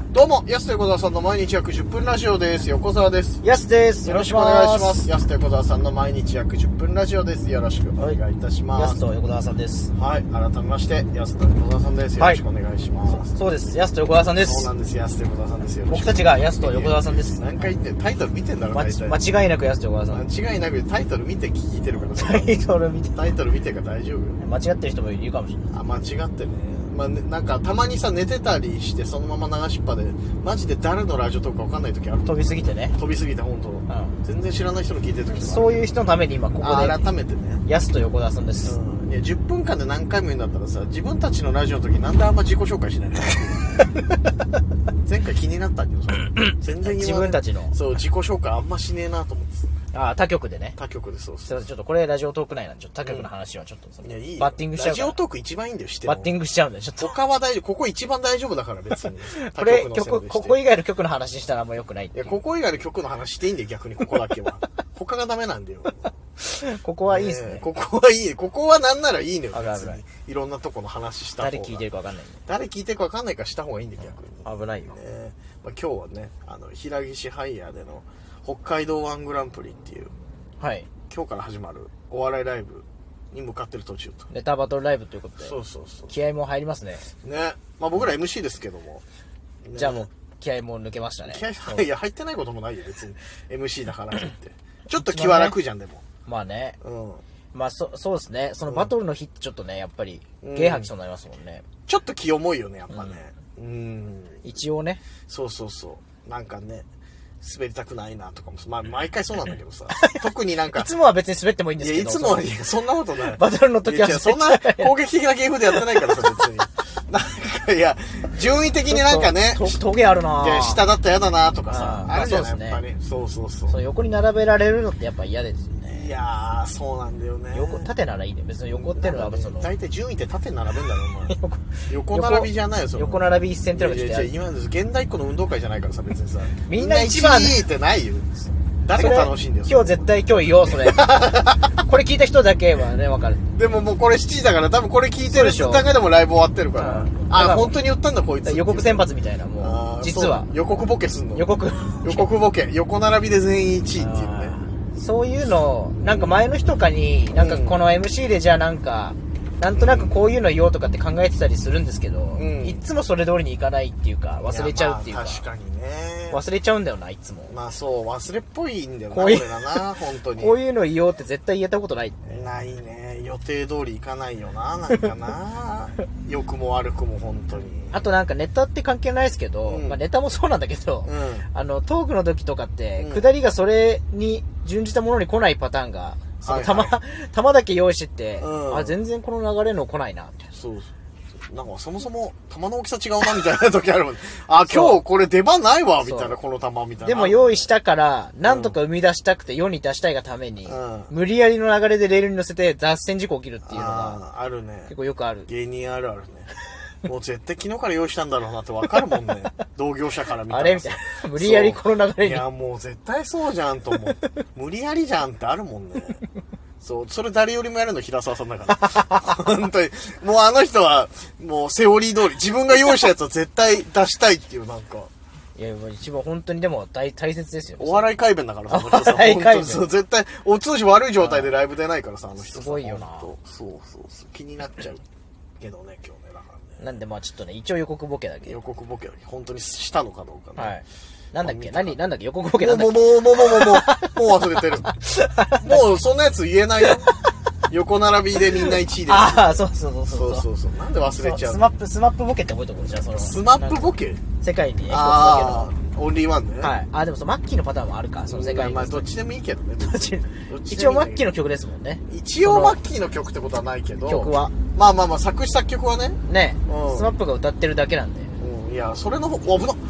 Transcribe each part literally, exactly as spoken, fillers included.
どうも、安手小沢さんの毎日約じゅっぷんラジオです。横澤です。 安です。 よろしくお願いします。安手小沢さんの毎日約じゅっぷんラジオです。よろしくお願いいたします。 安と横澤さんです。 はい、改めまして、安と横澤さんです。よろしくお願いします。はい、 そうです。安と横澤さんです。 そうなんです。安と横澤さんですよ。 僕たちが安と横澤さんです。 何回言ってタイトル見てんだろ、大体。 間違いなく安と横澤さん。 間違いなくタイトル見て聞いてるからタイトル見て。 タイトル見てから大丈夫よ。 間違ってる人もいるかもしれない。 あ、間違ってね。まあね、なんかたまにさ寝てたりしてそのまま流しっぱでマジで誰のラジオとか分かんない時ある。 飛びすぎてね。 飛びすぎて本当、うん、全然知らない人の聞いてる時とかそういう人のために今ここで改めてね安と横田さんです、 うん、いやじゅっぷんかんで何回も言うんだったらさ自分たちのラジオの時なんであんま自己紹介しないの前回気になったんだよそれ全然自分たちのそう自己紹介あんましねえなと思ってああ他局でね他局でそうそう。 ちょっとこれラジオトーク内なんでちょっと他局の話はちょっとその、 うん、いやいいバッティングしちゃうからラジオトーク一番いいんだよしてバッティングしちゃうんでちょっと他は大丈夫ここ一番大丈夫だから別にこれ曲ここ以外の曲の話したらあんま良くないっていう。 いやここ以外の曲の話していいんだよ逆にここだけは他がダメなんだよここはいいですね、 ねここはいいここはなんならいいのよ別にいろんなとこの話した方が誰聞いてるか分かんない、ね、 誰聞いてるか分かんないからした方がいいんだよ逆に危ないよ、 ねまあ、今日はねあの平岸ハイヤーでの北海道ワングランプリっていうはい今日から始まるお笑いライブに向かってる途中とネタバトルライブということでそうそうそう気合も入りますねねまあ僕ら エムシー ですけども、 ね、じゃあもう気合も抜けましたね気合いや入ってないこともないよ別に エムシー だからってちょっと気は楽じゃんでもまあねうんまあそそうですねそのバトルの日ってちょっとねやっぱりゲー吐きそうになりますもんね、 うん、ちょっと気重いよねやっぱねうん、うん、 一応ねそうそうそうなんかね滑りたくないなとかもまあ毎回そうなんだけどさ特になんかいつもは別に滑ってもいいんですけどいやいつもはそんなことないバトルの時はそんな攻撃的な芸風でやってないからさ別になんかいや順位的になんかねトゲあるなぁ下だったら嫌だなとかさ あ, あるじゃない、 ね、 やっぱりそうそうそうそう横に並べられるのってやっぱ嫌ですよねいやーそうなんだよね横縦ならいいね別に横っていうのはその大体順位って縦に並べんだろお前横, 横並びじゃないよその横並び一線ってのがちょっといやいや今現代っ子の運動会じゃないからさ別にさみんな一番いいってないよ誰が楽しいんだよ今日絶対今日言おうそれこれ聞いた人だけはね分かるでももうこれしちじだから多分これ聞いてる瞬間がでもライブ終わってるから、うん、あ本当に言ったんだこいつ予告先発みたいなもう実は予告ボケすんの予告予告ボケ横並びで全員いちいっていうねそういうのなんか前の日とかになんかこの エムシー でじゃあなんかなんとなくこういうの言おうとかって考えてたりするんですけど、うん、いつもそれ通りにいかないっていうか忘れちゃうっていうか、 まあ、確かにね忘れちゃうんだよないつもまあそう忘れっぽいんだよなこういう俺らな本当にこういうの言おうって絶対言えたことないないね予定通りいかないよななんかな良くも悪くも本当にあとなんかネタって関係ないですけど、うんまあ、ネタもそうなんだけど、 うん、 あのトークの時とかって、うん、下りがそれに準じたものに来ないパターンがその玉、はいはい、玉だけ用意してって、うん、あ全然この流れの来ないなみたいなそうそうなんかそもそも玉の大きさ違うなみたいな時あるもんあ今日これ出番ないわみたいなこの玉みたいなでも用意したからなんとか生み出したくて世に出したいがために、うん、無理やりの流れでレールに乗せて脱線事故起きるっていうのがあ, あるね結構よくある芸人あるあるねもう絶対昨日から用意したんだろうなって分かるもんね同業者から見たらあれみたいな無理やりこの流れにいやもう絶対そうじゃんと思う無理やりじゃんってあるもんねそうそれ誰よりもやるの平沢さんだから本当にもうあの人はもうセオリー通り自分が用意したやつを絶対出したいっていうなんかいや一番本当にでも 大, 大切ですよお笑い怪弁だからさお笑い怪弁そう絶対お通じ悪い状態でライブ出ないからさあの人すごいよなそうそうそう気になっちゃうけどね今日ねだからねなんでまあちょっとね一応予告ボケだけ予告ボケだけ本当にしたのかどうかねはいなんだっけ何なんだっけ予告ボケなんだっけもうもうもうもうもうもうもう忘れてるもうそんなやつ言えないよ横並びでみんないちいでああそうそうそうそうそうそうなんで忘れちゃうスマップスマップボケって覚えておこうじゃあそのスマップボケ世界にねああオンリーワンねはいあでもそのマッキーのパターンもあるかその世界にまあどっちでもいいけどね一応マッキーの曲ですもんね一応マッキーの曲ってことはないけど曲はまあまあまあ作詞作曲はねねスマップが歌ってるだけなんでいやそれの方危なっ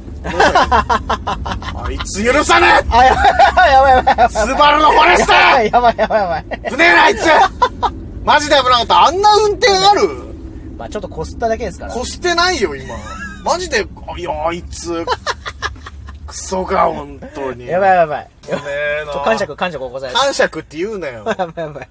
あいつ許さねえあやばいやばいやばいやばいスバルのフォレスターやばいやばいやばい危ねえなあいつマジで危なかったあんな運転あるまあちょっとこすっただけですからこしてないよ今マジでいやあいつクソが本当にやばいやばいやべえな感触感触起こされる感触って言うなよやばいやばい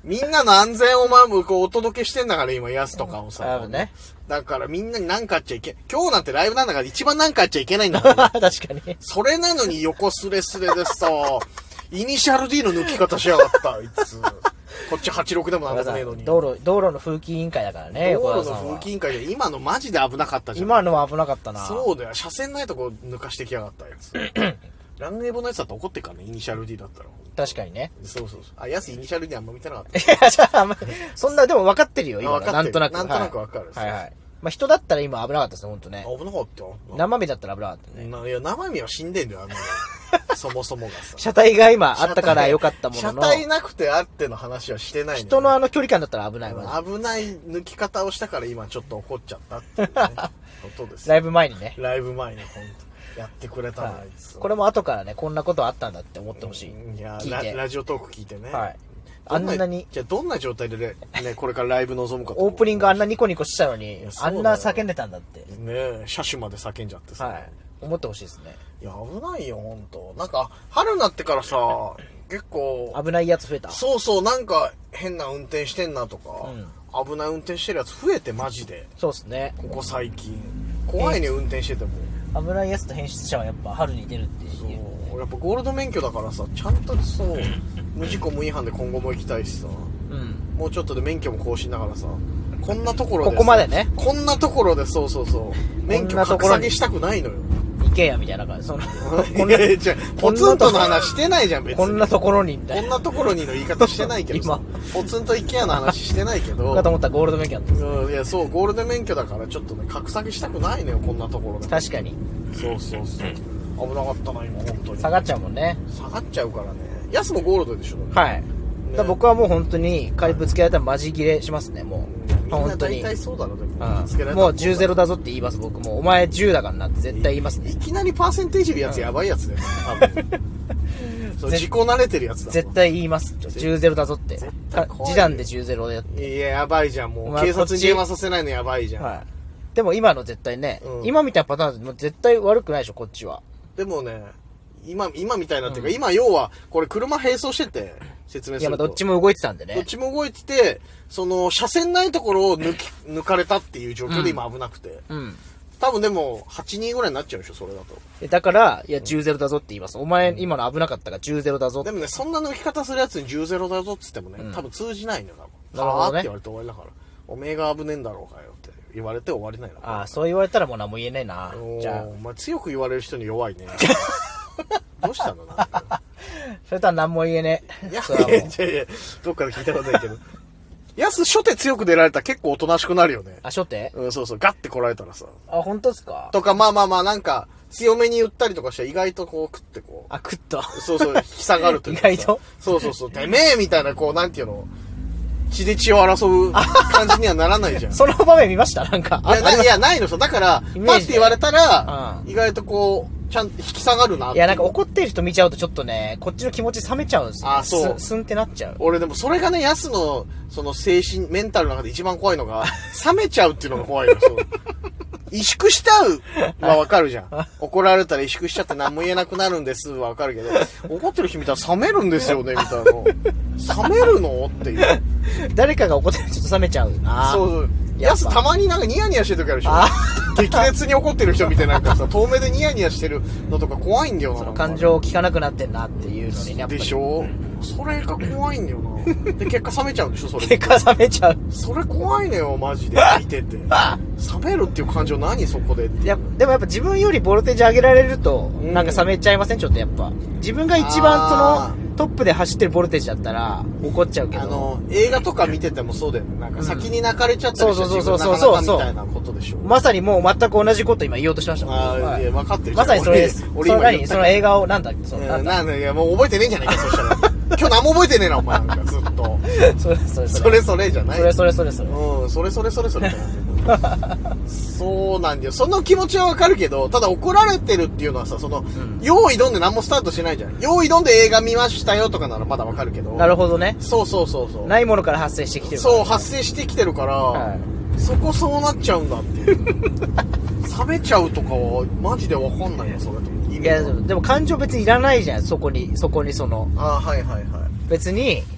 みんなの安全をまぶこうお届けしてんだから今、ヤスとかをさ。 なるほどね。 だからみんなに何かあっちゃいけ、今日なんてライブなんだから一番何かあっちゃいけないんだから。 確かに。 それなのに横スレスレでさ、イニシャル D の抜き方しやがった、あいつ。こっちはちじゅうろくでもなんかねえのに。 道路、道路の風紀委員会だからね、 道路の風紀委員会で今のマジで危なかったじゃん。 今のは危なかったな。 そうだよ。車線ないとこ抜かしてきやがったやつ。ランゲーボのやつだと怒ってっからね、イニシャル D だったら。 確かにね。 そうそうそう。あ、やすイニシャル D あんま見てなかった。 いや、じゃあ、そんな、でも分かってるよ、今の。 分かってるなんとなく。 なんとなく分かる。 はいはい。まあ人だったら今危なかったですね、ほんとね。 危なかったよ。 生身だったら危なかったね。 いや、生身は死んでんだよ、あの、そもそもがさ。 車体が今あったから良かったものの。 車体なくてあっての話はしてないんだよね。 人のあの距離感だったら危ないわ。 危ない抜き方をしたから今ちょっと怒っちゃったっていうね。ことです。 ライブ前にね。 ライブ前にほんと。やってくれたな、あいつ。 これも後からね、こんなことあったんだって思ってほしい。 いや聞いてラ、ラジオトーク聞いてね。 はい。あんなに。 じゃあどんな状態でね、これからライブ臨むかと。 オープニングあんなニコニコしたのに、あんな叫んでたんだって。 ねえ、車種まで叫んじゃってさ。 はい。思ってほしいですね。 いや、危ないよ、ほんと。なんか、春になってからさ、結構。 危ないやつ増えた。 そうそう、なんか変な運転してんなとか、うん、危ない運転してるやつ増えてマジで。 そうっすね。 ここ最近。怖いね、運転してても。 危ないやつと変質者はやっぱ春に出るっていう。 そう。やっぱゴールド免許だからさ、ちゃんとそう、無事故無違反で今後も行きたいしさ、うん、もうちょっとで免許も更新だからさ、こんなところでここまでね。 こんなところでそうそうそう、免許格下げしたくないのよ。 行けやみたいな感じ。そのこんなじゃポツンとの話してないじゃん別に。 こんなところにみたいな。こんなところにの言い方してないけどさ。今ポツンと行けやの話してないけど。 かと思ったらゴールド免許だったんです。 うん、いやそうゴールド免許だからちょっとね格下げしたくないのよこんなところで。 確かに。 そうそうそう。危なかったな今本当に。 下がっちゃうもんね。 下がっちゃうからね。ヤスもゴールドでしょ。 はい。ね、だ僕はもう本当に仮ぶつけられたらマジ切れしますねもう。 みんな大体そうだろでも。 ぶつけられたもうじゅうゼロだぞって言います僕も。お前じゅうだからなって絶対言いますね。 いきなりパーセンテージいるやつやばいやつだよ。多分。そう自己慣れてるやつだ。 絶対言います。じゅうゼロだぞって。示談でじゅうゼロでやって。 いややばいじゃんもう警察に電話させないのやばいじゃん。はい。 でも今の絶対ね、うん、今みたいなパターンも絶対悪くないでしょこっちは。 でもね今今みたいなっていうか、うん、今要はこれ車並走してて説明すると。 いやまあどっちも動いてたんでね。 どっちも動いててその車線ないところを抜き抜かれたっていう状況で今危なくて。うん。うん多分でもはちにんぐらいになっちゃうでしょそれだと。 だからいやじゅうゼロだぞって言います。お前、うん、今の危なかったからじゅうゼロだぞって。 でもねそんな抜き方するやつにじゅうゼロだぞって言ってもね、うん、多分通じないのよ多分。なるほどね。はーって言われて終わりだから。おめえが危ねえんだろうかよって言われて終わりないの。 ああそう言われたらもう何も言えないな。じゃあお前強く言われる人に弱いね。どうしたのなんか。 それとは何も言えねえ。いやいやいやどっかで聞いたことないけど。やす初手強く出られたら結構おとなしくなるよね。 あ、初手うん、そうそう、ガッて来られたらさ。 あ、本当ですかとか、まあまあまあ、なんか、強めに言ったりとかして意外とこう、食ってこう。 あ、食った。 そうそう、引き下がるというか。意外とそうそうそう、てめえみたいな、こう、なんていうの、血で血を争う感じにはならないじゃん。 その場面見ましたなんか。 いや、ないや、ないのさ。だから、パッて言われたら、意外とこう、ちゃんと引き下がるなって。 いや、なんか怒ってる人見ちゃうとちょっとね、こっちの気持ち冷めちゃうんですよ、ね。 あ、そう。 す、すんってなっちゃう。 俺でもそれがね、ヤスの、その精神、メンタルの中で一番怖いのが、冷めちゃうっていうのが怖いの。そう。萎縮しちゃうはわかるじゃん。怒られたら萎縮しちゃって何も言えなくなるんですはわかるけど、怒ってる人見たら冷めるんですよね、みたいな。冷めるのっていう。 誰かが怒ってるとちょっと冷めちゃうな。 そうそう。やすたまになんかニヤニヤしてる時あるでしょ。激烈に怒ってる人見てなんかさ、遠目でニヤニヤしてるのとか怖いんだよな。 その感情を聞かなくなってんなっていうのにね、やっぱり。 でしょそれが怖いんだよな。で、結果冷めちゃうんでしょそれ。 結果冷めちゃう。 それ怖いのよ、マジで。見てて。冷めるっていう感情何そこで。 いや、でもやっぱ自分よりボルテージ上げられると、なんか冷めちゃいませんちょっとやっぱ。自分が一番その、トップで走ってるボルテージだったら怒っちゃうけど。あの、 映画とか見ててもそうだよね。なんか先に泣かれちゃったりして、 そうそうそうそうそう。 みたいなことでしょ。 まさにもう全く同じこと今言おうとしましたもん。 ああ、いや、分かってる。 まさにそれです。俺今何その映画を、なんだっけその、 なんだいや、もう覚えてねえんじゃないか、そしたら。今日何も覚えてねえな、お前なんか、ずっと。 それそれそれそれじゃない。 それそれそれそれ。 うん、それそれそれそれ。そうなんだよ。その気持ちはわかるけど、ただ怒られてるっていうのはさ、その、うん、用意どんで何もスタートしないじゃん。用意どんで映画見ましたよとかならまだわかるけど。 なるほどね。 そうそうそうそう。 ないものから発生してきてるから、 ね。そう、発生してきてるから、はい、そこそうなっちゃうんだっていう。冷めちゃうとかは、マジでわかんないよ、それと。 いや、でも感情別にいらないじゃん、そこに、そこにその。 あはいはいはい。 別に、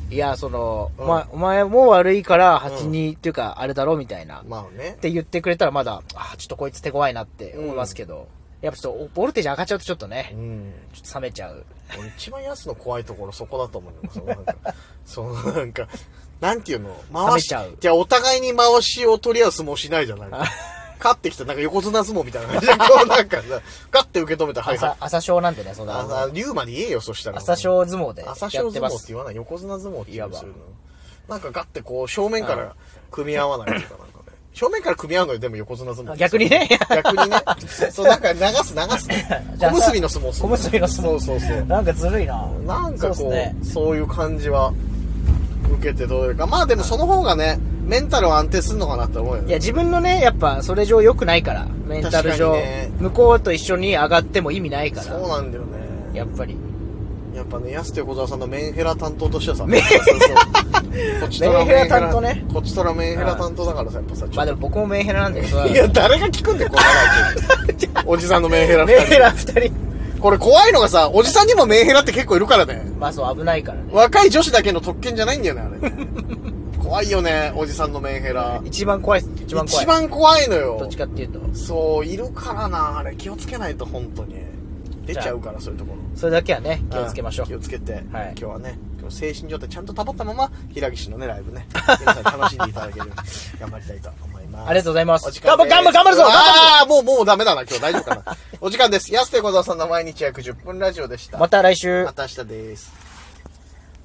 いや、その、 うんお前、お前も悪いからはちに、っていうか、あれだろみたいな。 まあねっ。て言ってくれたらまだ、あ、ちょっとこいつ手強いなって思いますけど、やっぱちょっと、ボルテージ上がっちゃうとちょっとね、 うん。 ちょっと冷めちゃう。 俺一番ヤスの怖いところそこだと思うよ。そのなんか、そのなんか、なんていうの回し、 冷めちゃうじゃあお互いに回しを取り合う相撲しないじゃないか。勝ってきた、なんか横綱相撲みたいな感じで、こうなんかさ、ガッて受け止めたら、はいは朝、朝小なんでね、そい。 の、 あ、龍馬に言えよ、そしたら。 朝小相撲でや朝って小相撲ってます。 言わない。横綱相撲って言ういわばするの。なんかガッてこう、正面から組み合わないとかなんかね。正面から組み合うのよ、でも横綱相撲。 逆にね。 逆にね。そう、なんか流す、流すね。小結びの相撲する小結びの相撲。 そうそうそう。 なんかずるいな。 なんかこう、そうう,、 そっすねいう感じは受けてどういうか。まあでもその方がね、メンタルは安定するのかなって思うよね。 いや、自分のね、やっぱ、それ上良くないから。メンタル上。 確かにね向こうと一緒に上がっても意味ないから。 そうなんだよね。 やっぱり。 やっぱね、安手横澤さんのメンヘラ担当としてはさ、 メンそうそうこっちとらメンヘラ担当ねこっちとらメンヘラ担当だからさ、やっぱさ、 まあでも僕もメンヘラなんで、それはいや、誰が聞くんだよ、こんなラジオおじさんのメンヘラ二人。 メンヘラ二人。 これ怖いのがさ、おじさんにもメンヘラって結構いるからね。 まあそう、危ないからね。 若い女子だけの特権じゃないんだよね、あれね。怖いよね、おじさんのメンヘラ。 一番怖いっす。一番怖い。 一番怖いのよ。 どっちかっていうと。 そう、いるからな、あれ。気をつけないと、本当に。出ちゃうから、そういうところ。 それだけはね、気をつけましょう。 気をつけて、 はい今日はね、今日精神状態ちゃんと保ったまま、平岸のね、ライブね、皆さん楽しんでいただけるように頑張りたいと思います。 ありがとうございますお時間です。 頑張頑張頑張るぞ頑張るぞああ、もう、もうダメだな、今日大丈夫かな。お時間です。安手小沢さんの毎日約じゅっぷんラジオでした。 また来週。 また明日です。